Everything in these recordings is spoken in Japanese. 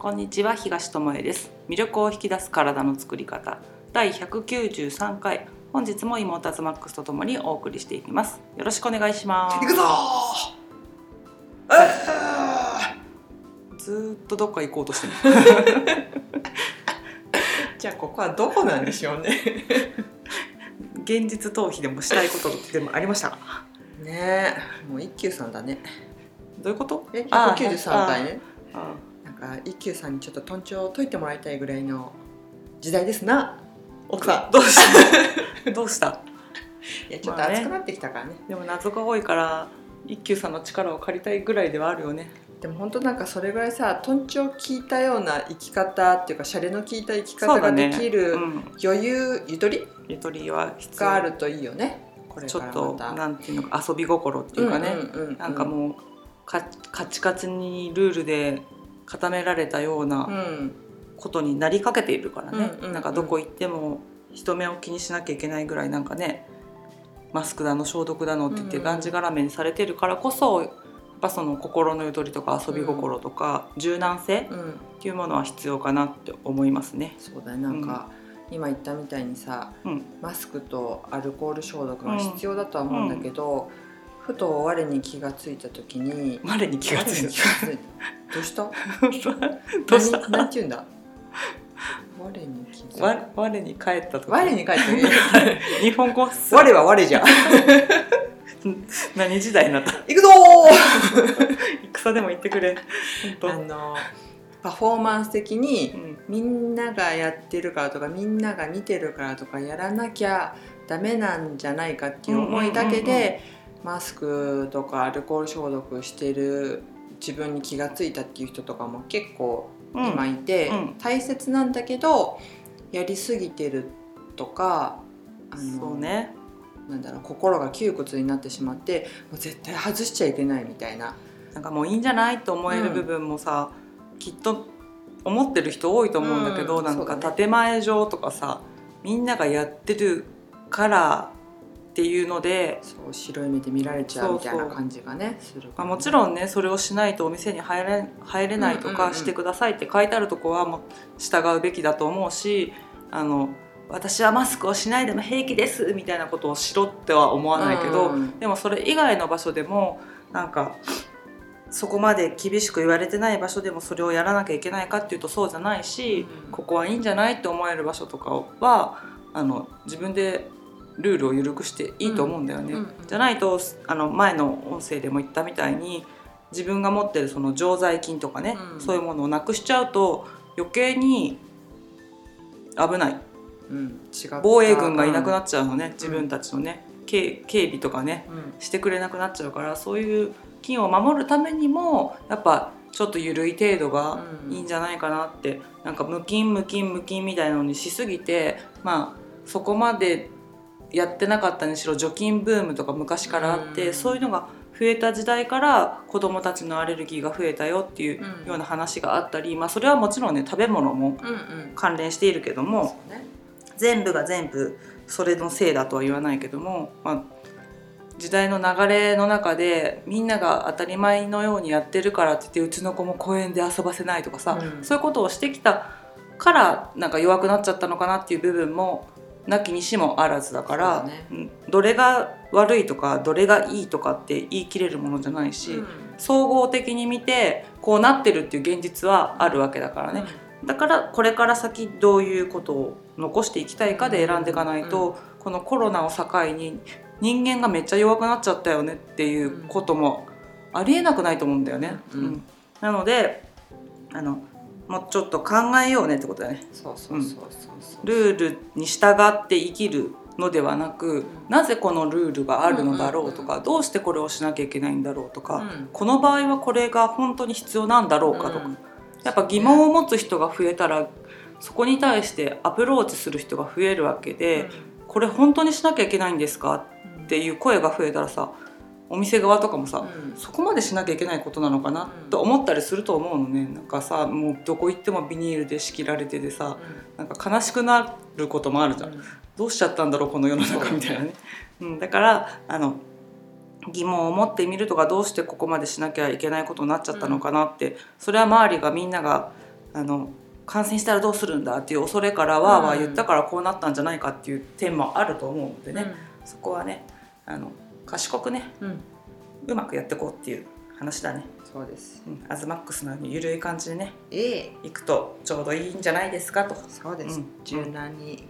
こんにちは、東智恵です。魅力を引き出す体の作り方第193回、本日も妹ズマックスとともにお送りしていきます。よろしくお願いします。 行くぞー。ずっとどっか行こうとしてるじゃあここはどこなんでしょうね現実逃避でもしたいことでもありましたかねえ、もう一休さんだね。 どういうこと？ 193回ね。なんか一休さんにちょっとトンチを解いてもらいたいぐらいの時代ですな、奥さん。 どうしたどうしたいやちょっと暑くなってきたからね。 でも謎が多いから一休さんの力を借りたいぐらいではあるよね。 でも本当なんかそれぐらいさ、トンチを聞いたような生き方っていうか、シャレの効いた生き方ができる、余裕、ゆとりは必要があるといいよね。これちょからっとなんていうのか、遊び心っていうかね、なんかもうカチカチにルールで固められたようなことになりかけているからね。なんかどこ行っても人目を気にしなきゃいけないぐらい、なんかね、マスクだの消毒だのって言ってがんじがらめにされてるからこそ、やっぱその心のゆとりとか遊び心とか柔軟性っていうものは必要かなって思いますね。 そうだね、なんか、今言ったみたいにさ、マスクとアルコール消毒が必要だとは思うんだけど、ふと我に気がついた時に我に気がついたどうしたどうしたなんて言うんだ、我に気づいた、 我に帰った時、 我に帰った日本語我は我じゃ何時代になった行くぞ戦でも言ってくれ。 パフォーマンス的に、みんながやってるからとか、みんなが見てるからとか、やらなきゃダメなんじゃないかっていう思いだけでマスクとかアルコール消毒してる自分に気がついたっていう人とかも結構今いて、大切なんだけどやりすぎてるとか、 そうね、 なんだろう、心が窮屈になってしまって、もう絶対外しちゃいけないみたいな、 なんかもういいんじゃないと思える部分もさ、きっと思ってる人多いと思うんだけど、なんか建前上とかさ、みんながやってるからっていうので、 そう白い目で見られちゃうみたいな感じがね、するからね。 もちろんね、それをしないとお店に入れないとか、してくださいって書いてあるとこはもう従うべきだと思うし、私はマスクをしないでも平気ですみたいなことをしろっては思わないけど、でもそれ以外の場所でもなんかそこまで厳しく言われてない場所でもそれをやらなきゃいけないかっていうとそうじゃないし、ここはいいんじゃないって思える場所とかは自分でルールを緩くしていいと思うんだよね。じゃないと前の音声でも言ったみたいに、自分が持ってるその常在菌とかね、そういうものをなくしちゃうと余計に危ない、防衛軍がいなくなっちゃうのね、自分たちのね、警備とかね、してくれなくなっちゃうから、そういう菌を守るためにもやっぱちょっと緩い程度がいいんじゃないかなって、なんかムキンみたいなのにしすぎて、そこまでやってなかったにしろ除菌ブームとか昔からあって、そういうのが増えた時代から子どもたちのアレルギーが増えたよっていうような話があったり、それはもちろんね、食べ物も関連しているけども、全部が全部それのせいだとは言わないけども、時代の流れの中でみんなが当たり前のようにやってるからって言って、うちの子も公園で遊ばせないとかさ、そういうことをしてきたからなんか弱くなっちゃったのかなっていう部分もなきにしもあらずだから、どれが悪いとかどれがいいとかって言い切れるものじゃないし、総合的に見てこうなってるっていう現実はあるわけだからね。だからこれから先どういうことを残していきたいかで選んでいかないと、このコロナを境に人間がめっちゃ弱くなっちゃったよねっていうこともありえなくないと思うんだよね。なのでもうちょっと考えようねってことだね。ルールに従って生きるのではなく、なぜこのルールがあるのだろうとか、どうしてこれをしなきゃいけないんだろうとか、この場合はこれが本当に必要なんだろうかとか、やっぱ疑問を持つ人が増えたらそこに対してアプローチする人が増えるわけで、これ本当にしなきゃいけないんですかっていう声が増えたらさ、お店側とかもさ、そこまでしなきゃいけないことなのかなと思ったりすると思うのね。なんかさ、もうどこ行ってもビニールで仕切られててさ、なんか悲しくなることもあるじゃん。どうしちゃったんだろうこの世の中みたいなね。だから疑問を持ってみるとか、どうしてここまでしなきゃいけないことになっちゃったのかなって、それは周りがみんなが感染したらどうするんだっていう恐れからは言ったからこうなったんじゃないかっていう点もあると思うのでね、そこはね賢くね、うまくやっていこうっていう話だね。 そうです、 アズマックスのように緩い感じでね、 行くとちょうどいいんじゃないですかと。 そうです、柔軟に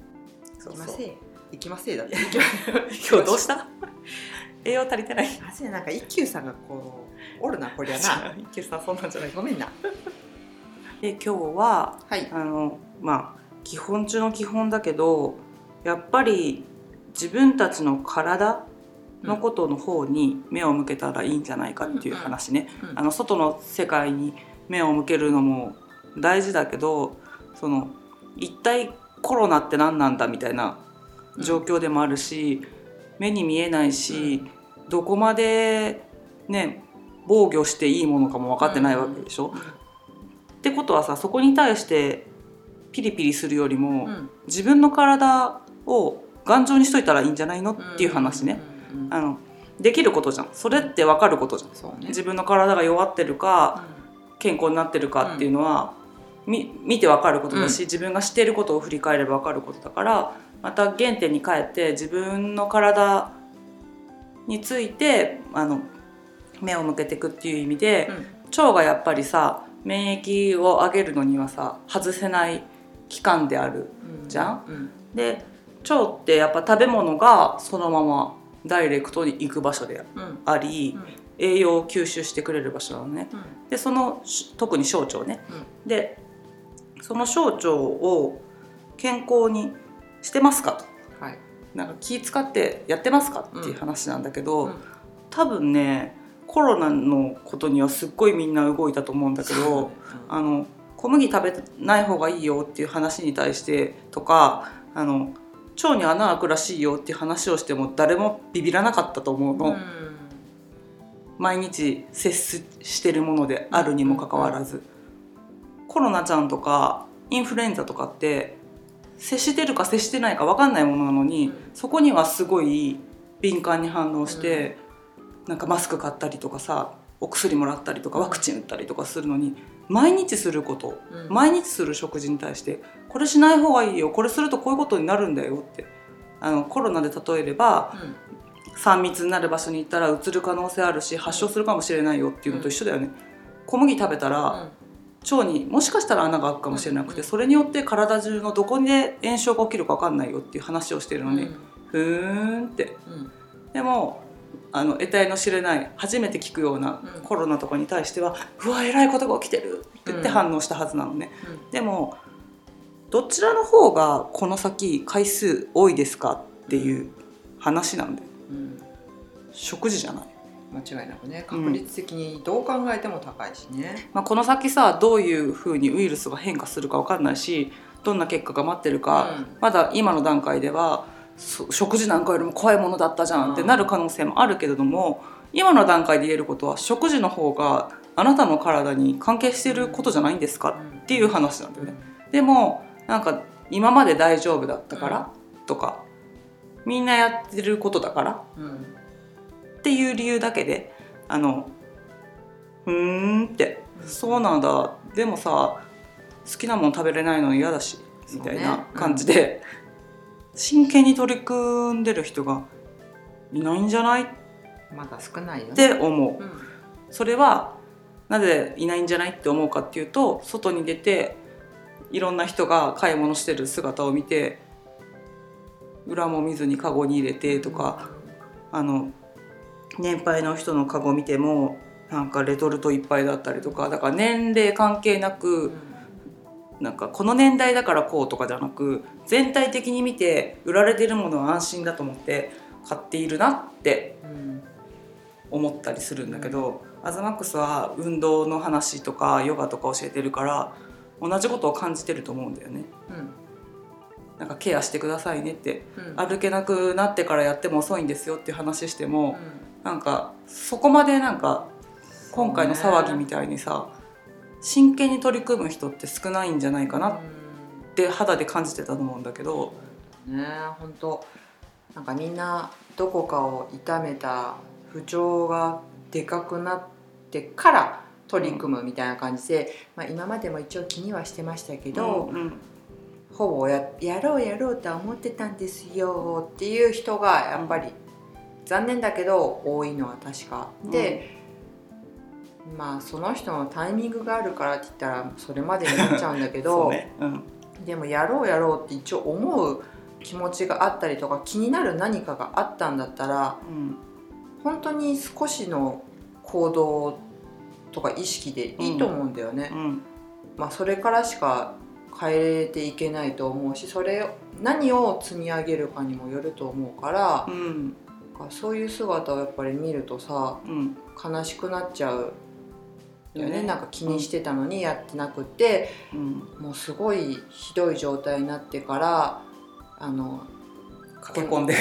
行きませえだって今日どうした栄養足りてない。 なんか一休さんがこうおるなこりゃな一休さんそんなんじゃない、 ごめんな。 で今日は、基本中の基本だけどやっぱり自分たちの体のことの方に目を向けたらいいんじゃないかっていう話ね、外の世界に目を向けるのも大事だけど、一体コロナって何なんだみたいな状況でもあるし、目に見えないし、どこまでね防御していいものかも分かってないわけでしょ、ってことはさ、そこに対してピリピリするよりも、自分の体を頑丈にしといたらいいんじゃないのっていう話ね。できることじゃん、それって分かることじゃん、そうね、自分の体が弱ってるか、健康になってるかっていうのは、見て分かることだし、自分がしていることを振り返れば分かることだから、また原点に帰って自分の体について目を向けていくっていう意味で、腸がやっぱりさ免疫を上げるのにはさ外せない器官であるじゃん、で腸ってやっぱ食べ物がそのままダイレクトに行く場所であり、栄養を吸収してくれる場所なのね、で特に小腸ね、でその小腸を健康にしてますかと、なんか気使ってやってますかっていう話なんだけど、多分ねコロナのことにはすっごいみんな動いたと思うんだけど、小麦食べない方がいいよっていう話に対してとか、腸に穴開くらしいよっていう話をしても誰もビビらなかったと思うの、毎日摂取してるものであるにもかかわらず、コロナちゃんとかインフルエンザとかって接してるか接してないか分かんないものなのに、そこにはすごい敏感に反応して、なんかマスク買ったりとかさ、お薬もらったりとかワクチン打ったりとかするのに、毎日すること、毎日する食事に対してこれしない方がいいよ、これするとこういうことになるんだよって、コロナで例えれば、3密になる場所に行ったらうつる可能性あるし発症するかもしれないよっていうのと一緒だよね。小麦食べたら、腸にもしかしたら穴が開くかもしれなくて、それによって体中のどこで炎症が起きるか分かんないよっていう話をしてるのに、ふーんって、でも得体の知れない初めて聞くようなコロナとかに対しては、うわえらいことが起きてるって言って反応したはずなのね、でもどちらの方がこの先回数多いですかっていう話なんだよ、食事じゃない、 間違いなくね、確率的にどう考えても高いしね、 この先さどういう風にウイルスが変化するか分かんないし、どんな結果が待ってるか、まだ今の段階では食事なんかよりも怖いものだったじゃんってなる可能性もあるけれども、今の段階で言えることは食事の方があなたの体に関係していることじゃないんですかっていう話なんだよね。でもなんか今まで大丈夫だったからとか、みんなやってることだからっていう理由だけでふーんって、そうなんだ、でもさ好きなもの食べれないの嫌だしみたいな感じで、真剣に取り組んでる人がいないんじゃない？ まだ少ないよねって思う、それはなぜいないんじゃないって思うかっていうと、外に出ていろんな人が買い物してる姿を見て、裏も見ずにカゴに入れてとか、年配の人のカゴ見てもなんかレトルトいっぱいだったりとか、だから年齢関係なく、なんかこの年代だからこうとかじゃなく、全体的に見て売られてるものは安心だと思って買っているなって思ったりするんだけど、アズマックスは運動の話とかヨガとか教えてるから同じことを感じてると思うんだよね、なんかケアしてくださいねって、歩けなくなってからやっても遅いんですよっていう話しても、なんかそこまでなんか今回の騒ぎみたいにさ真剣に取り組む人って少ないんじゃないかなって肌で感じてたと思うんだけどね。本当なんかみんなどこかを痛めた不調がでかくなってから取り組むみたいな感じで、今までも一応気にはしてましたけど、ほぼ やろうとは思ってたんですよっていう人がやっぱり残念だけど多いのは確かで、その人のタイミングがあるからって言ったらそれまでになっちゃうんだけどでもやろうって一応思う気持ちがあったりとか気になる何かがあったんだったら、本当に少しの行動とか意識でいいと思うんだよね。それからしか変えていけないと思うし、それ何を積み上げるかにもよると思うから、そういう姿をやっぱり見るとさ、悲しくなっちゃうよね。なんか気にしてたのにやってなくて、もうすごいひどい状態になってから駆け込んで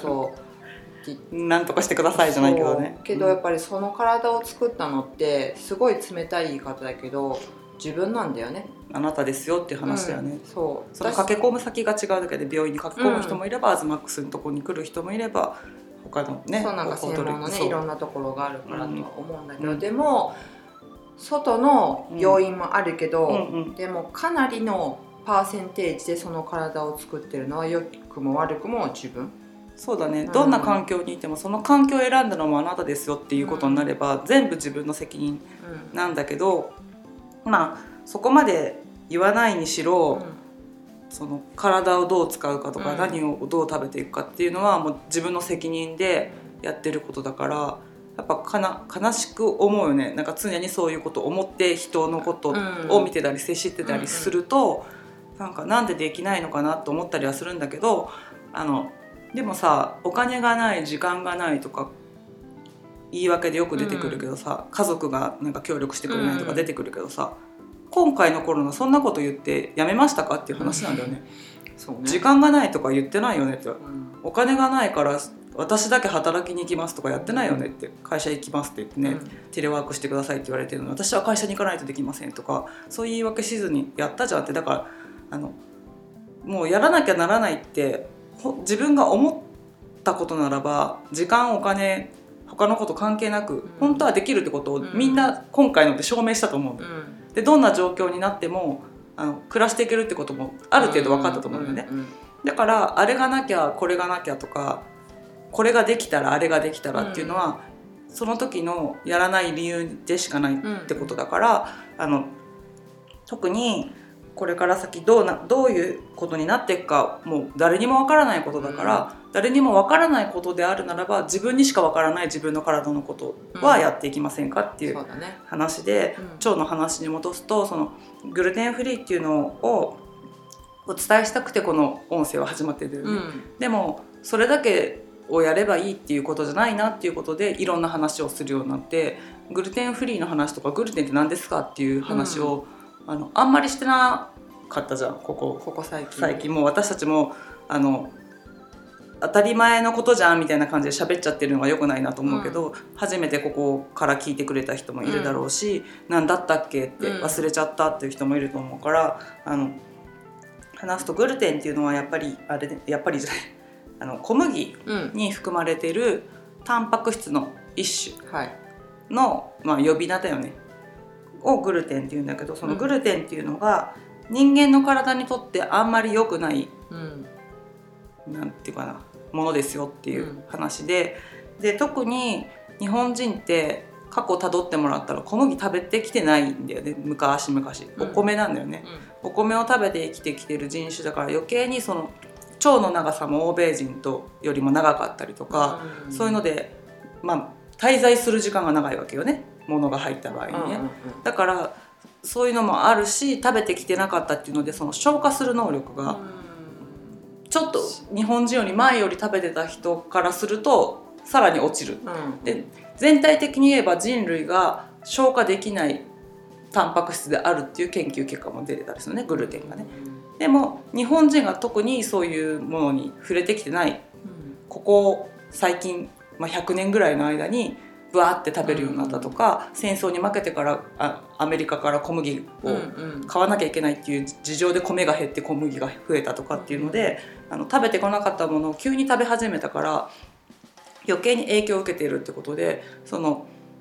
なんとかしてくださいじゃないけどね。 けどやっぱりその体を作ったのってすごい冷たい言い方だけど自分なんだよね。 あなたですよっていう話だよね。 その駆け込む先が違うだけで病院に駆け込む人もいれば、アズマックスのところに来る人もいれば他のね、 そうなんか専門のねいろんなところがあるからとは思うんだけど、でも外の要因もあるけど、でもかなりのパーセンテージでその体を作ってるのは良くも悪くも自分。 そうだね、どんな環境にいてもその環境を選んだのもあなたですよっていうことになれば、全部自分の責任なんだけど、そこまで言わないにしろ、その体をどう使うかとか、何をどう食べていくかっていうのはもう自分の責任でやってることだから、やっぱ悲しく思うよね。なんか常にそういうことを思って人のことを見てたり接してたりすると、なんでできないのかなと思ったりはするんだけど、でもさ、お金がない時間がないとか言い訳でよく出てくるけどさ、家族がなんか協力してくれないとか出てくるけどさ、今回のコロナそんなこと言ってやめましたかっていう話なんだよね。 そうね、 時間がないとか言ってないよねって、お金がないから私だけ働きに行きますとかやってないよねって、会社行きますって言ってね、テレワークしてくださいって言われてるのに私は会社に行かないとできませんとか、そういう言い訳しずにやったじゃんって。だからもうやらなきゃならないって自分が思ったことならば、時間お金他のこと関係なく本当はできるってことをみんな今回ので証明したと思うんだよ。でどんな状況になっても暮らしていけるってこともある程度分かったと思うんだよね。だからあれがなきゃこれがなきゃとか、これができたらあれができたらっていうのは、その時のやらない理由でしかないってことだから、特にこれから先どういうことになっていくかもう誰にもわからないことだから、誰にもわからないことであるならば自分にしかわからない自分の体のことはやっていきませんかっていう話で、腸の話に戻すと、そのグルテンフリーっていうのをお伝えしたくてこの音声は始まってるよね。でもそれだけをやればいいっていうことじゃないなっていうことでいろんな話をするようになって、グルテンフリーの話とかグルテンって何ですかっていう話を、あんまりしてなかったじゃん、ここ最近。もう私たちも当たり前のことじゃんみたいな感じで喋っちゃってるのが良くないなと思うけど、初めてここから聞いてくれた人もいるだろうし、何だったっけって忘れちゃったっていう人もいると思うから、話すとグルテンっていうのはやっぱりじゃない小麦に含まれているタンパク質の一種の、呼び名だよねをグルテンっていうんだけど、そのグルテンっていうのが人間の体にとってあんまり良くない、なんていうかな、ものですよっていう話で、特に日本人って過去たどってもらったら小麦食べてきてないんだよね。昔お米なんだよね。お米を食べて生きてきてる人種だから、余計にその腸の長さも欧米人よりも長かったりとか、そういうので滞在する時間が長いわけよね、物が入った場合にね。だからそういうのもあるし、食べてきてなかったっていうので、その消化する能力がちょっと日本人より前より食べてた人からするとさらに落ちる。で全体的に言えば人類が消化できないタンパク質であるっていう研究結果も出てたりするね、グルテンがね。でも日本人が特にそういうものに触れてきてない、ここ最近、100年ぐらいの間にブワーって食べるようになったとか、戦争に負けてからアメリカから小麦を買わなきゃいけないっていう事情で米が減って小麦が増えたとかっていうので、食べてこなかったものを急に食べ始めたから余計に影響を受けているってことで、その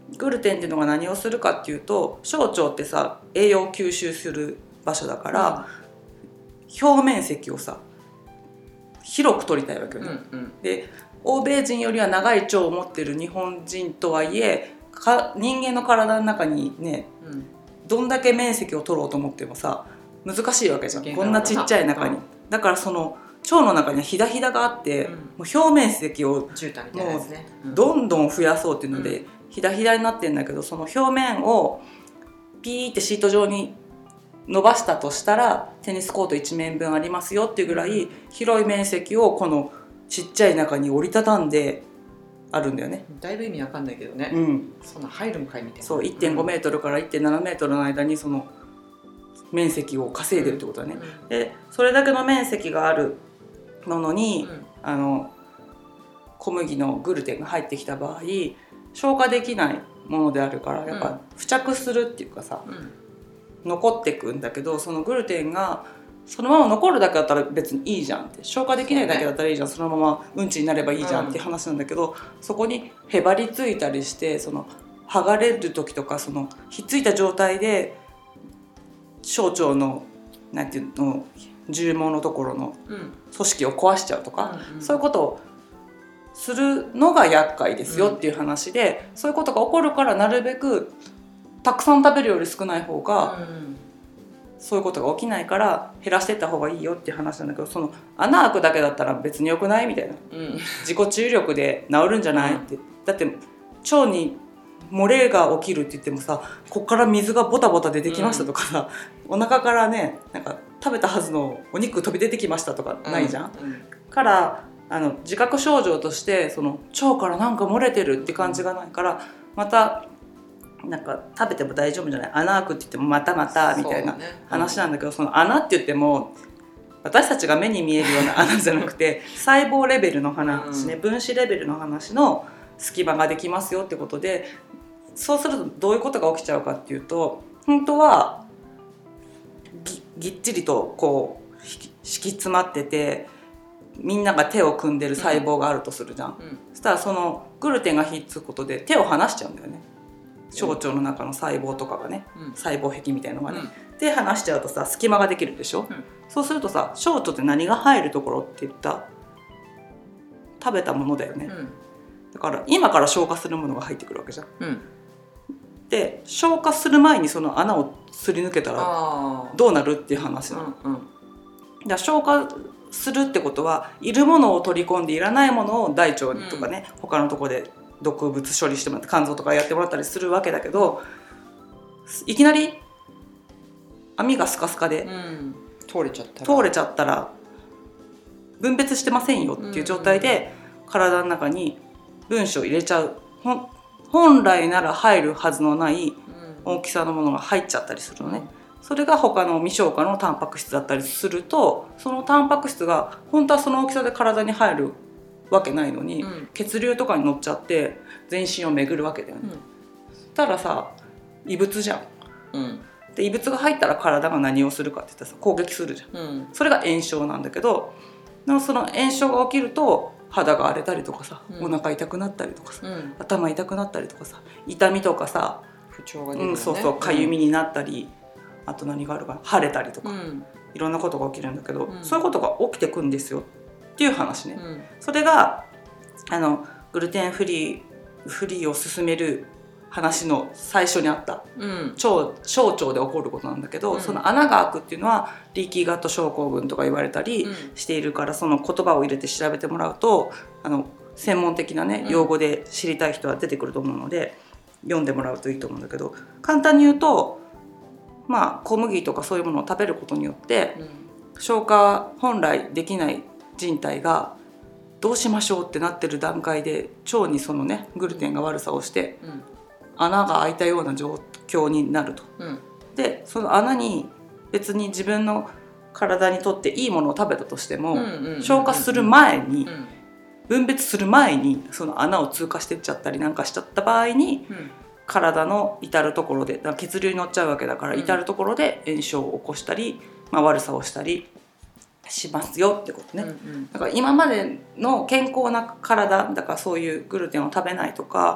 グルテンっていうのが何をするかっていうと、小腸ってさ栄養を吸収する場所だから、表面積をさ広く取りたいわけよね、で欧米人よりは長い腸を持ってる日本人とはいえ人間の体の中にね、どんだけ面積を取ろうと思ってもさ難しいわけじゃん、こんなちっちゃい中に、だからその腸の中にはひだひだがあって、もう表面積をもうどんどん増やそうっていうので、ひだひだになってるんだけど、その表面をピーってシート状に伸ばしたとしたらテニスコート1面分ありますよっていうぐらい広い面積をこのちっちゃい中に折りたたんであるんだよね。 だいぶ意味わかんないけどね、そんな入るんかいみたいな。 そう 1.5 メートルから 1.7 メートルの間にその面積を稼いでるってことだね、でそれだけの面積があるものに、小麦のグルテンが入ってきた場合消化できないものであるからやっぱ付着するっていうかさ、残ってくんだけど、そのグルテンがそのまま残るだけだったら別にいいじゃんって、消化できないだけだったらいいじゃん、そのままうんちになればいいじゃんっていう話なんだけど、そこにへばりついたりしてその剥がれる時とかそのひっついた状態で小腸のなんていうの重毛のところの組織を壊しちゃうとか、そういうことをするのが厄介ですよっていう話で、そういうことが起こるからなるべくたくさん食べるより少ない方が、そういうことが起きないから減らしていった方がいいよっていう話なんだけど、その穴開くだけだったら別に良くないみたいな、自己注力で治るんじゃないって、だって腸に漏れが起きるって言ってもさ、こっから水がボタボタ出てきましたとかさ、お腹からねなんか食べたはずのお肉飛び出てきましたとかないじゃん、から自覚症状としてその腸からなんか漏れてるって感じがないから、またなんか食べても大丈夫じゃない、穴開くって言ってもまたまたみたいな話なんだけど、その穴って言っても私たちが目に見えるような穴じゃなくて細胞レベルの話ね、分子レベルの話の隙間ができますよってことで、そうするとどういうことが起きちゃうかっていうと、本当は ぎっちりとこう敷き詰まっててみんなが手を組んでる細胞があるとするじゃん、そしたらそのグルテンがひっつくことで手を離しちゃうんだよね、小腸の中の細胞とかがね、細胞壁みたいのがね、手離しちゃうとさ隙間ができるでしょ、そうするとさ小腸って何が入るところって言った食べたものだよね、だから今から消化するものが入ってくるわけじゃん、で消化する前にその穴をすり抜けたらどうなるっていう話なの、だから消化するってことはいるものを取り込んでいらないものを大腸とかね、他のところで毒物処理してもらって肝臓とかやってもらったりするわけだけど、いきなり網がスカスカで、 通れちゃったら分別してませんよっていう状態で体の中に分子を入れちゃう、本来なら入るはずのない大きさのものが入っちゃったりするのね、それが他の未消化のタンパク質だったりすると、そのタンパク質が本当はその大きさで体に入るわけないのに、血流とかに乗っちゃって全身を巡るわけだよね、たださ異物じゃん、で異物が入ったら体が何をするかって言ったらさ攻撃するじゃん、それが炎症なんだけど、その炎症が起きると肌が荒れたりとかさ、お腹痛くなったりとかさ、頭痛くなったりとかさ、痛みとかさ、 不調が出るよね、 かゆみになったり、あと何があるか腫れたりとか、いろんなことが起きるんだけど、そういうことが起きてくんですよっていう話ね、それがグルテンフリーを進める話の最初にあった、小腸で起こることなんだけど、その穴が開くっていうのはリーキーガット症候群とか言われたりしているから、その言葉を入れて調べてもらうと専門的なね用語で知りたい人は出てくると思うので、読んでもらうといいと思うんだけど、簡単に言うと小麦とかそういうものを食べることによって、消化本来できない人体がどうしましょうってなってる段階で腸にそのねグルテンが悪さをして、穴が開いたような状況になると、でその穴に別に自分の体にとっていいものを食べたとしても、消化する前に、分別する前にその穴を通過してっちゃったりなんかしちゃった場合に、体の至るところで血流に乗っちゃうわけだから、至るところで炎症を起こしたり、悪さをしたりしますよってことね、だから今までの健康な体だからそういうグルテンを食べないとか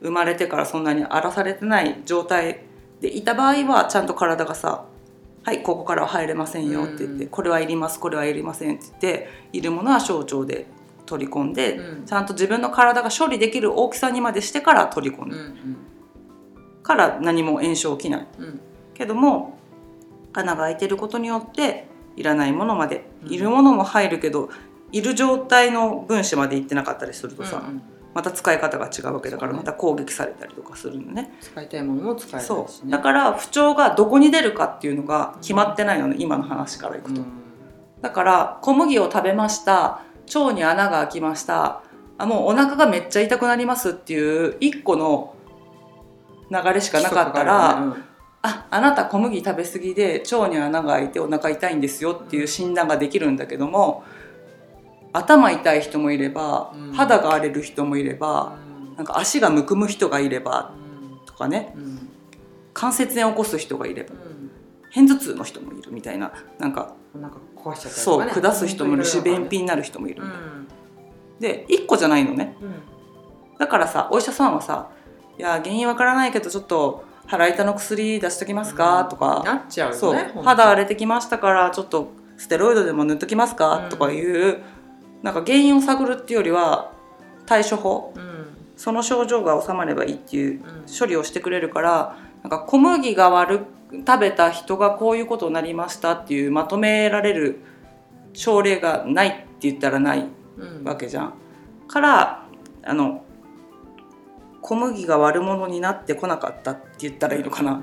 生まれてからそんなに荒らされてない状態でいた場合はちゃんと体がさ、はいここからは入れませんよって言って、これはいりますこれはいりませんって言って、いるものは小腸で取り込んで、ちゃんと自分の体が処理できる大きさにまでしてから取り込んで、から何も炎症起きない、けども穴が開いてることによっていらないものまで、いるものも入るけどいる状態の分子までいってなかったりするとさ、また使い方が違うわけだから、また攻撃されたりとかするのね。 使いたいものも使えないしね。 そうだから不調がどこに出るかっていうのが決まってないのね、今の話からいくと。だから小麦を食べました、腸に穴が開きました、もうお腹がめっちゃ痛くなりますっていう一個の流れしかなかったら、あなた小麦食べ過ぎで腸に穴が開いてお腹痛いんですよっていう診断ができるんだけども、頭痛い人もいれば、肌が荒れる人もいれば、なんか足がむくむ人がいればとかね、関節炎を起こす人がいれば、片頭痛の人もいるみたいな、なんか壊しちゃったりとかね、 そう下す人もいるし、便秘になる人もいるみたいな、で1個じゃないのね、だからさお医者さんはさ、いや原因わからないけどちょっと腹痛の薬出しときますか、とかなっちゃうよね。 そう肌荒れてきましたからちょっとステロイドでも塗っときますか、とかいうなんか原因を探るっていうよりは対処法、その症状が治まればいいっていう処理をしてくれるから、なんか小麦が食べた人がこういうことになりましたっていうまとめられる症例がないって言ったらないわけじゃん。から小麦が悪者になってこなかったって言ったらいいのかな。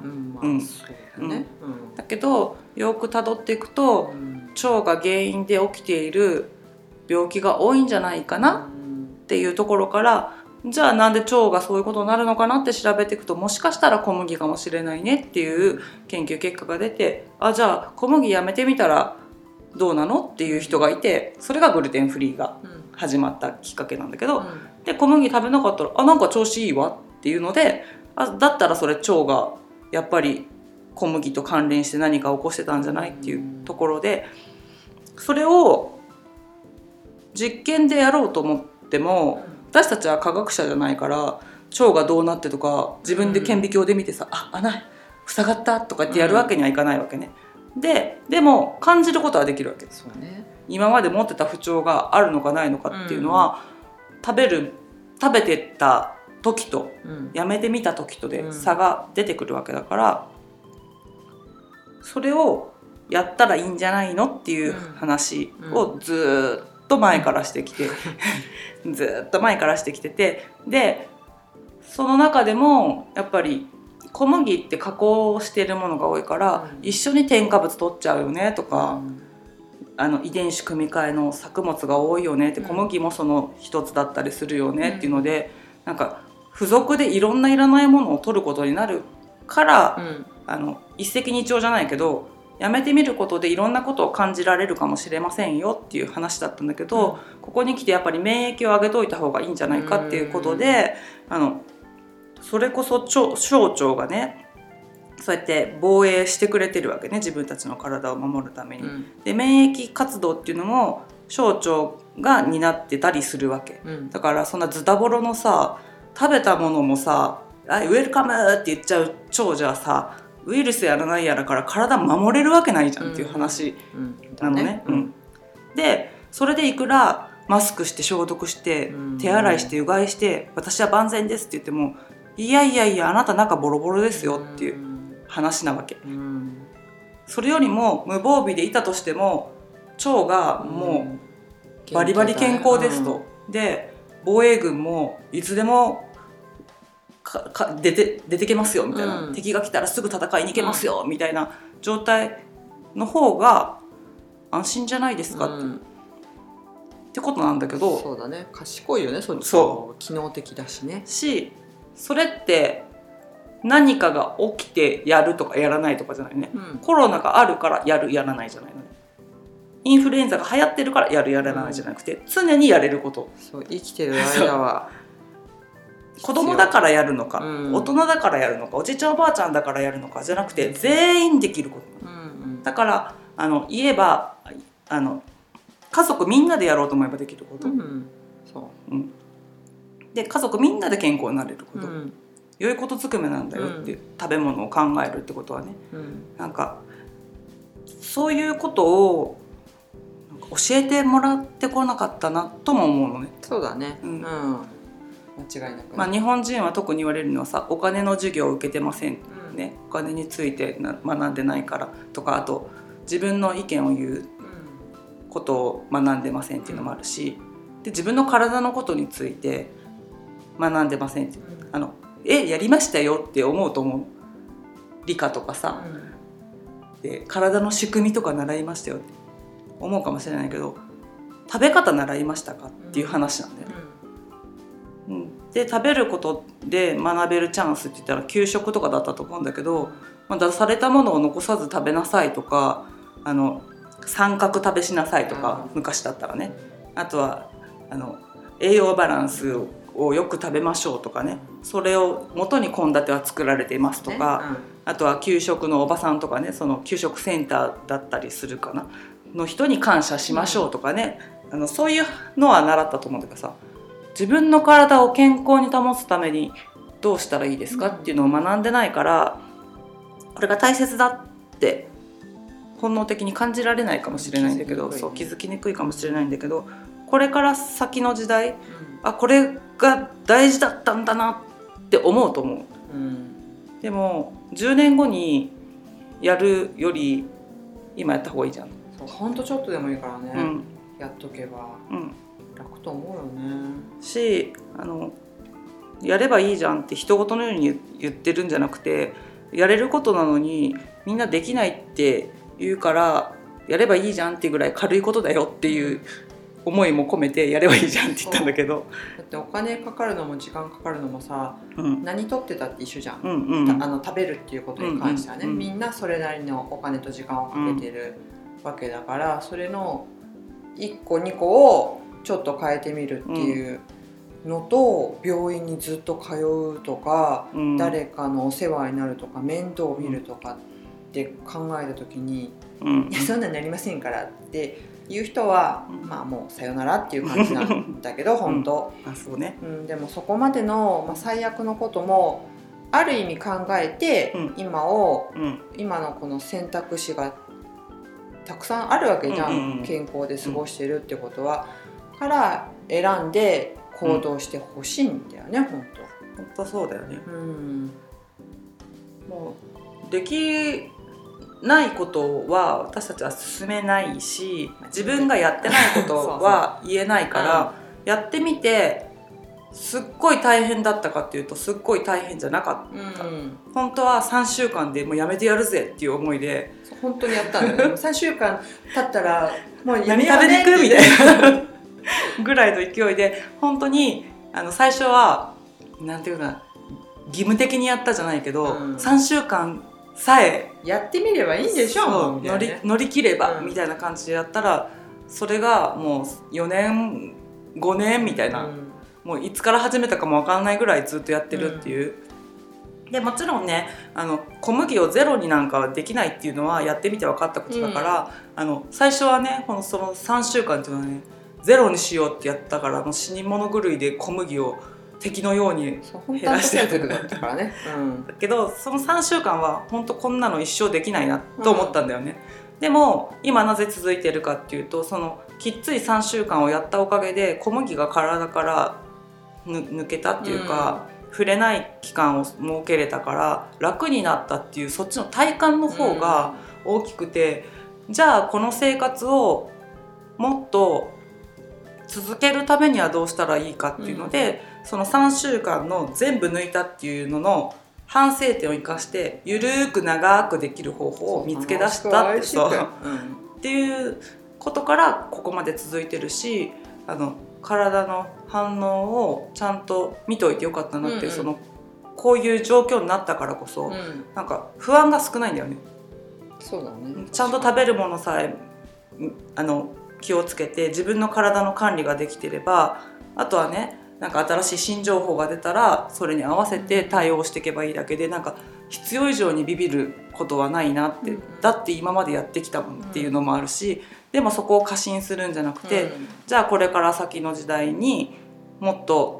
だけどよくたどっていくと、腸が原因で起きている病気が多いんじゃないかなっていうところから、じゃあなんで腸がそういうことになるのかなって調べていくと、もしかしたら小麦かもしれないねっていう研究結果が出て、じゃあ小麦やめてみたらどうなのっていう人がいて、それがグルテンフリーが始まったきっかけなんだけど、で小麦食べなかったらなんか調子いいわっていうので、だったらそれ腸がやっぱり小麦と関連して何か起こしてたんじゃないっていうところで、それを実験でやろうと思っても、私たちは科学者じゃないから腸がどうなってとか自分で顕微鏡で見てさ、穴塞がったとかってやるわけにはいかないわけね。でも感じることはできるわけですよね。今まで持ってた不調があるのかないのかっていうのは、食べてた時とやめてみた時とで差が出てくるわけだから、それをやったらいいんじゃないのっていう話をずっと前からしてきてずっと前からしてきてて、でその中でもやっぱり小麦って加工してるものが多いから、一緒に添加物取っちゃうよねとか、遺伝子組み換えの作物が多いよねって、小麦もその一つだったりするよねっていうので、なんか付属でいろんないらないものを取ることになるから、一石二鳥じゃないけどやめてみることでいろんなことを感じられるかもしれませんよっていう話だったんだけど、ここに来てやっぱり免疫を上げといた方がいいんじゃないかっていうことで、それこそ小腸がねそうやって防衛してくれてるわけね、自分たちの体を守るために。で免疫活動っていうのも小腸が担ってたりするわけ、だからそんなズタボロのさ食べたものもさウェルカムって言っちゃう腸じゃさ、ウイルスやらないやらから体守れるわけないじゃんっていう話なのね。でそれでいくらマスクして消毒して手洗いしてうがいして私は万全ですって言っても、いやいやいやあなた中ボロボロですよっていう話なわけ。それよりも無防備でいたとしても腸がもうバリバリ健康ですと、で防衛軍もいつでも出てけますよみたいな、敵が来たらすぐ戦いに行けますよみたいな状態の方が安心じゃないですかってことなんだけど、 そうだね、賢いよね、そう機能的だしね。 それって何かが起きてやるとかやらないとかじゃないね、コロナがあるからやるやらないじゃないのね。インフルエンザが流行ってるからやるやらないじゃなくて、常にやれること。 そう生きてる間は子供だからやるのか、大人だからやるのか、おじいちゃんおばあちゃんだからやるのかじゃなくて全員できること、だから言えば家族みんなでやろうと思えばできること、 で家族みんなで健康になれること、良いことずくめなんだよっていう、食べ物を考えるってことはね、なんかそういうことを教えてもらってこなかったなとも思うのね。 そうだね、間違いなく、 まあ、日本人は特に言われるのはさ、お金の授業を受けてません、ね、お金について学んでないからとか、あと自分の意見を言うことを学んでませんっていうのもあるし、で自分の体のことについて学んでませんって、やりましたよって思うと思う。理科とかさ、で体の仕組みとか習いましたよって思うかもしれないけど、食べ方習いましたかっていう話なんだよね。で食べることで学べるチャンスって言ったら給食とかだったと思うんだけど、出されたものを残さず食べなさいとか、三角食べしなさいとか、昔だったらね、あとは栄養バランスをよく食べましょうとかね、それを元に献立は作られていますとか、あとは給食のおばさんとかね、その給食センターだったりするかなの人に感謝しましょうとかね、そういうのは習ったと思うんだけどさ、自分の体を健康に保つためにどうしたらいいですかっていうのを学んでないから、これが大切だって本能的に感じられないかもしれないんだけど、そう気づきにくいかもしれないんだけど、これから先の時代、これが大事だったんだなって思うと思う。でも10年後にやるより今やった方がいいじゃん。 ほんとちょっとでもいいからね、やっとけば楽と思うよね。 し、やればいいじゃんって人事のように言ってるんじゃなくて、やれることなのにみんなできないって言うからやればいいじゃんっていうぐらい軽いことだよっていう思いも込めてやればいいじゃんって言ったんだけど、 だってお金かかるのも時間かかるのもさ、何取ってたって一緒じゃん、食べるっていうことに関してはね、みんなそれなりのお金と時間をかけてるわけだから、それの1個2個をちょっと変えてみるっていうのと、病院にずっと通うとか、誰かのお世話になるとか面倒を見るとかって考えた時に、いやそんなになりませんからっていう人は、まあもうさよならっていう感じなんだけど本当、 そうね、 でもそこまでの、最悪のこともある意味考えて、今のこの選択肢がたくさんあるわけじゃん、健康で過ごしてるってことは、から選んで行動してほしいんだよね、本当そうだよね。もうできないことは私たちは進めないし、自分がやってないことは言えないからやってみて、すっごい大変だったかっていうとすっごい大変じゃなかった、本当は3週間でもうやめてやるぜっていう思いで本当にやったんだよ3週間経ったらもうやめようねみたいなぐらいの勢いで、本当に最初はなんていうかな、義務的にやったじゃないけど、3週間さえやってみればいいんでしょう、 乗り切ればみたいな感じでやったら、それがもう4年5年みたいな、もういつから始めたかも分かんないぐらいずっとやってるっていう、でもちろんね、小麦をゼロになんかはできないっていうのはやってみて分かったことだから、最初はねその3週間っていうのはね、ゼロにしようってやったから、もう死に物狂いで小麦を敵のように減らしてるだったからね、 だけどその3週間は本当こんなの一生できないなと思ったんだよね、でも今なぜ続いてるかっていうと、そのきっつい3週間をやったおかげで小麦が体から抜けたっていうか、触れない期間を設けれたから楽になったっていう、そっちの体感の方が大きくて、じゃあこの生活をもっと続けるためにはどうしたらいいかっていうので、その3週間の全部抜いたっていうのの反省点を生かしてゆるーく長くできる方法を見つけ出したってっていうことからここまで続いてるし、体の反応をちゃんと見といてよかったなっていう、そのこういう状況になったからこそ、なんか不安が少ないんだよね。 そうだね。 ちゃんと食べるものさえ気をつけて自分の体の管理ができてれば、あとはね、なんか新しい新情報が出たらそれに合わせて対応していけばいいだけで、なんか必要以上にビビることはないなって、だって今までやってきたもんっていうのもあるし、でもそこを過信するんじゃなくて、じゃあこれから先の時代にもっと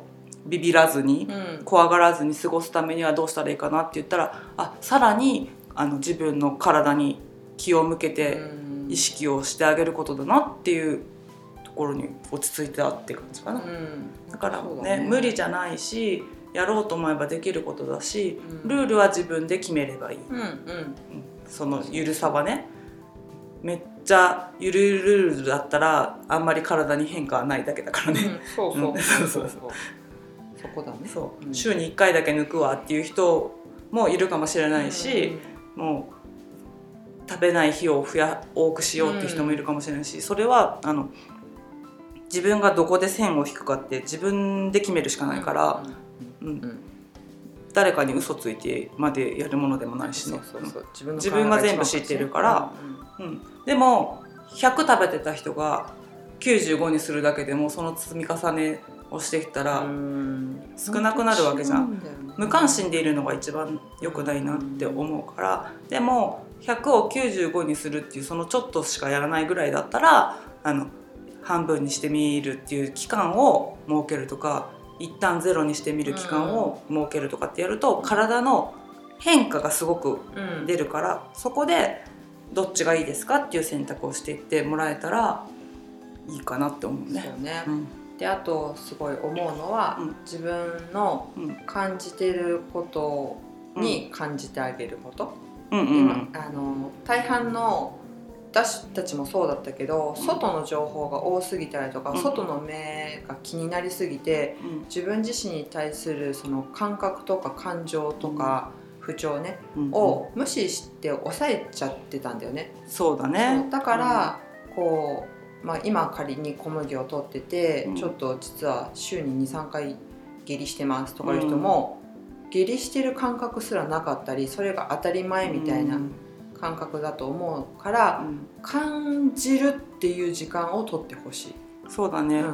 ビビらずに、怖がらずに過ごすためにはどうしたらいいかなって言ったら、さらに自分の体に気を向けて意識をしてあげることだなっていうところに落ち着いたって感じかな。だからね、無理じゃないし、やろうと思えばできることだし、ルールは自分で決めればいい。そのゆるさはね、めっちゃゆるゆるルールだったらあんまり体に変化はないだけだからね。 そうそこだね。 週に1回だけ抜くわっていう人もいるかもしれないし、もう食べない日を多くしようっていう人もいるかもしれないし、それは自分がどこで線を引くかって自分で決めるしかないから、誰かに嘘ついてまでやるものでもないしね。自分が全部知ってるから。でも100食べてた人が95にするだけでもその積み重ねをしていったら少なくなるわけじゃん。無関心でいるのが一番良くないなって思うから。でも100を95にするっていうそのちょっとしかやらないぐらいだったら半分にしてみるっていう期間を設けるとか、一旦ゼロにしてみる期間を設けるとかってやると体の変化がすごく出るから、そこでどっちがいいですかっていう選択をしていってもらえたらいいかなって思うね。 そうね。であとすごい思うのは、自分の感じてることに感じてあげること。大半の私たちもそうだったけど、外の情報が多すぎたりとか、外の目が気になりすぎて、自分自身に対するその感覚とか感情とか、不調ね、を無視して抑えちゃってたんだよね。 そうだね。 だから、こう、今仮に小麦を取ってて、ちょっと実は週に 2,3 回下痢してますとかいう人も、下痢してる感覚すらなかったり、それが当たり前みたいな感覚だと思うから、感じるっていう時間を取ってほしい。 そうだね。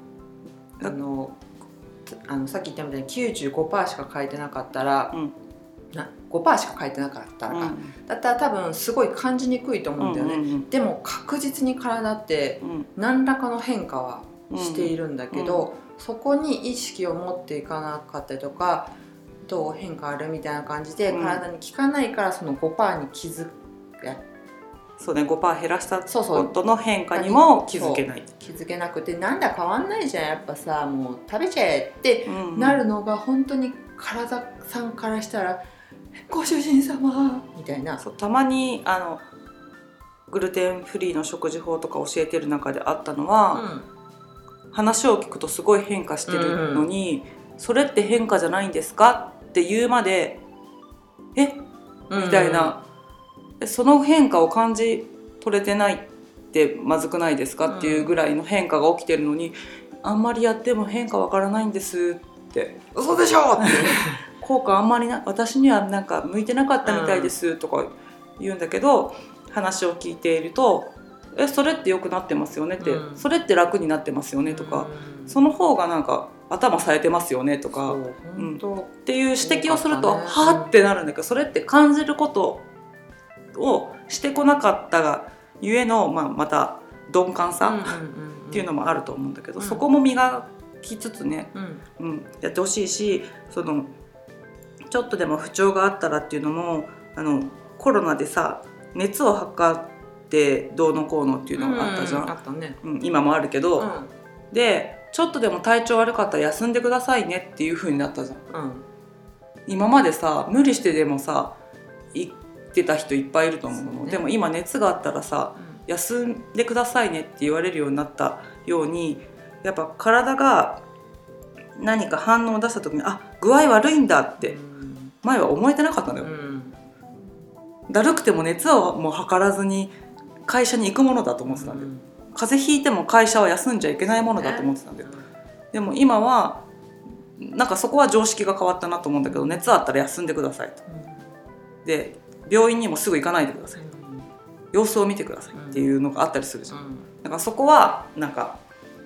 さっき言ったみたいに 95% しか書いてなかったら、5% しか書いてなかったら、だったら多分すごい感じにくいと思うんだよね。でも確実に体って何らかの変化はしているんだけど、そこに意識を持っていかなかったりとか、どう変化あるみたいな感じで体に効かないから、その 5% に気づく。 そうね、5% 減らしたことの変化にも気づけない。 気づけなくて、なんだ変わんないじゃん、やっぱさ、もう食べちゃえってなるのが本当に体さんからしたら、ご主人様みたいな。 たまにグルテンフリーの食事法とか教えてる中であったのは、話を聞くとすごい変化してるのに、それって変化じゃないんですかって言うまでみたいな、その変化を感じ取れてないってまずくないですかっていうぐらいの変化が起きてるのに、あんまりやっても変化わからないんですって、 嘘でしょって効果あんまり私にはなんか向いてなかったみたいですとか言うんだけど、話を聞いていると、それって良くなってますよねって、それって楽になってますよねとか、その方がなんか頭冴えてますよねとか、っていう指摘をすると、はってなるんだけど、それって感じることをしてこなかったがゆえの、また鈍感さっていうのもあると思うんだけど、そこも磨きつつね、やってほしいし、ちょっとでも不調があったらっていうのも、コロナでさ、熱を測ってどうのこうのっていうのがあったじゃん。 あったね。 今もあるけど、でちょっとでも体調悪かったら休んでくださいねっていう風になったじゃん。今までさ、無理してでもさ行ってた人いっぱいいると思うの。でも今熱があったらさ、休んでくださいねって言われるようになったように、やっぱ体が何か反応を出した時に、具合悪いんだって前は思えてなかったのよ。だるくても熱はもう測らずに会社に行くものだと思ってたんだよ。風邪ひいても会社は休んじゃいけないものだと思ってたんだよ。でも今はなんかそこは常識が変わったなと思うんだけど、熱あったら休んでくださいと。で病院にもすぐ行かないでくださいと、様子を見てくださいっていうのがあったりするじゃん。だからそこはなんか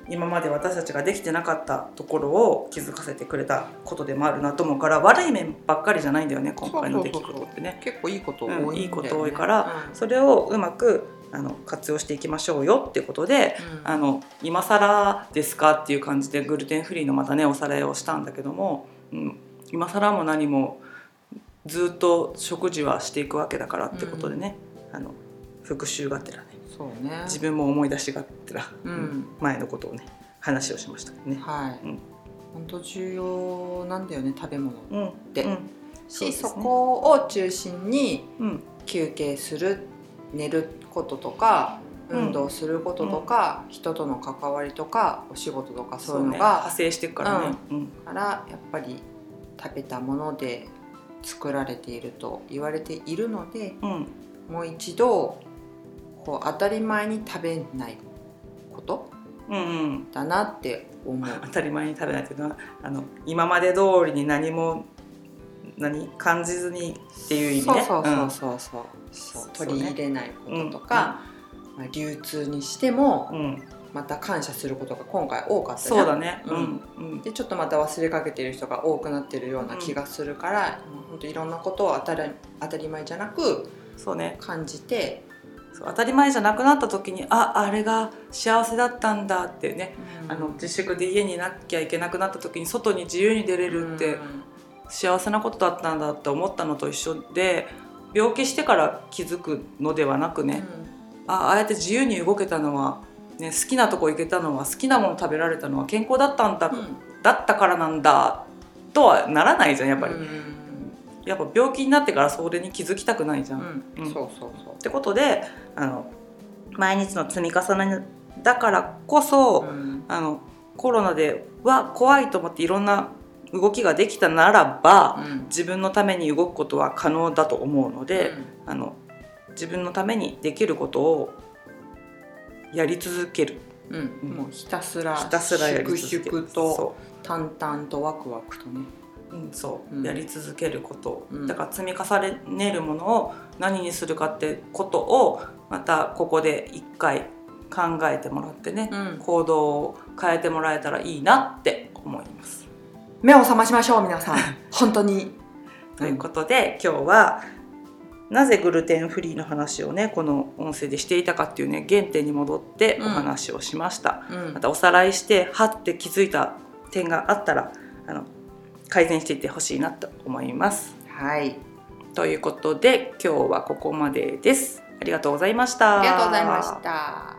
今まで私たちができてなかったところを気づかせてくれたことでもあるなと思うから、悪い面ばっかりじゃないんだよね、今回の出来事ってね。 結構いいこと多いんだよね、 いいこと多いから、それをうまく活用していきましょうよっていうことで、今更ですかっていう感じでグルテンフリーのまたねおさらいをしたんだけども、今更も何もずっと食事はしていくわけだからってことでね、復習がてらね、 そうね、 自分も思い出しがてら、前のことをね話をしましたね。 はい、本当重要なんだよね、食べ物って、そこを中心に休憩する、寝ることとか運動することとか、人との関わりとかお仕事とかそういうのが派生していくからね。 からやっぱり食べたもので作られていると言われているので、もう一度こう当たり前に食べないことだなって思う。 当たり前に食べないというのは今まで通りに何も感じずにっていう意味ね。 そう取り入れないこととか、流通にしてもまた感謝することが今回多かったね。 そうだね。 でちょっとまた忘れかけている人が多くなっているような気がするから、本当いろんなことを当たり前じゃなく感じて、 当たり前じゃなくなった時にあれが幸せだったんだってね、自粛で家にいなきゃいけなくなった時に外に自由に出れるって幸せなことだったんだって思ったのと一緒で、病気してから気づくのではなくね、ああやって自由に動けたのは、ね、好きなとこ行けたのは、好きなもの食べられたのは健康だったんだ、だったからなんだとはならないじゃん、やっぱり。やっぱ病気になってからそれに気づきたくないじゃん。ってことで毎日の積み重ねだからこそ、コロナでは怖いと思っていろんな動きができたならば、自分のために動くことは可能だと思うので、自分のためにできることをやり続ける。 もうひたすらやり続ける。 と淡々とワクワクとね。 やり続けること、だから積み重ねるものを何にするかってことをまたここで一回考えてもらってね、行動を変えてもらえたらいいなって思います。 目を覚ましましょう皆さん本当に。 ということで今日はなぜグルテンフリーの話をねこの音声でしていたかっていうね原点に戻ってお話をしました。またおさらいしてはって気づいた点があったら改善していってほしいなと思います。 はい。 ということで今日はここまでです。ありがとうございました。 ありがとうございました。